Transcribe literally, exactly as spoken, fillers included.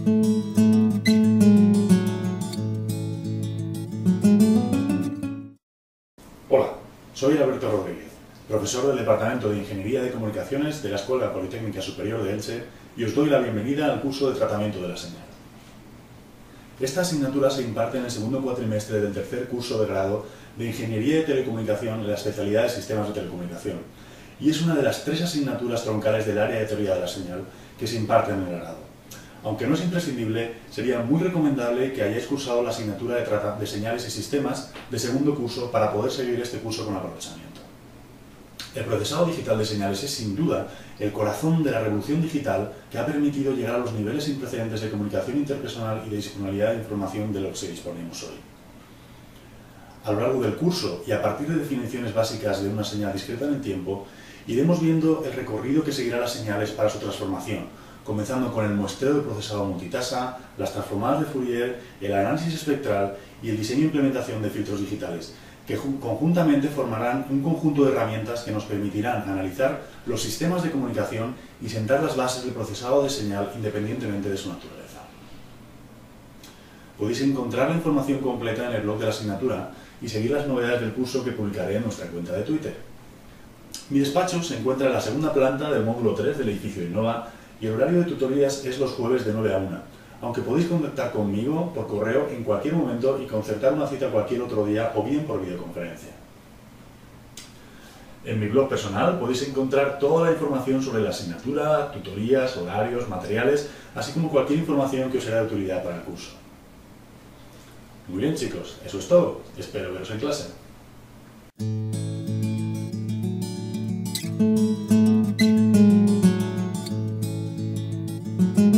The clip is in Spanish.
Hola, soy Alberto Rodríguez, profesor del Departamento de Ingeniería de Comunicaciones de la Escuela Politécnica Superior de Elche, y os doy la bienvenida al curso de Tratamiento de la Señal. Esta asignatura se imparte en el segundo cuatrimestre del tercer curso de grado de Ingeniería de Telecomunicación en la especialidad de Sistemas de Telecomunicación, y es una de las tres asignaturas troncales del área de Teoría de la Señal que se imparten en el grado. Aunque no es imprescindible, sería muy recomendable que hayáis cursado la asignatura de, trata de Señales y Sistemas de segundo curso para poder seguir este curso con aprovechamiento. El procesado digital de señales es sin duda el corazón de la revolución digital que ha permitido llegar a los niveles sin precedentes de comunicación interpersonal y de disponibilidad de información de los que disponemos hoy. A lo largo del curso y a partir de definiciones básicas de una señal discreta en el tiempo, iremos viendo el recorrido que seguirá las señales para su transformación, comenzando con el muestreo de procesado multitasa, las transformadas de Fourier, el análisis espectral y el diseño e implementación de filtros digitales, que conjuntamente formarán un conjunto de herramientas que nos permitirán analizar los sistemas de comunicación y sentar las bases del procesado de señal independientemente de su naturaleza. Podéis encontrar la información completa en el blog de la asignatura y seguir las novedades del curso que publicaré en nuestra cuenta de Twitter. Mi despacho se encuentra en la segunda planta del módulo tres del edificio Innova y el horario de tutorías es los jueves de nueve a una, aunque podéis contactar conmigo por correo en cualquier momento y concertar una cita cualquier otro día o bien por videoconferencia. En mi blog personal podéis encontrar toda la información sobre la asignatura, tutorías, horarios, materiales, así como cualquier información que os será de utilidad para el curso. Muy bien chicos, eso es todo. Espero veros en clase. Thank you.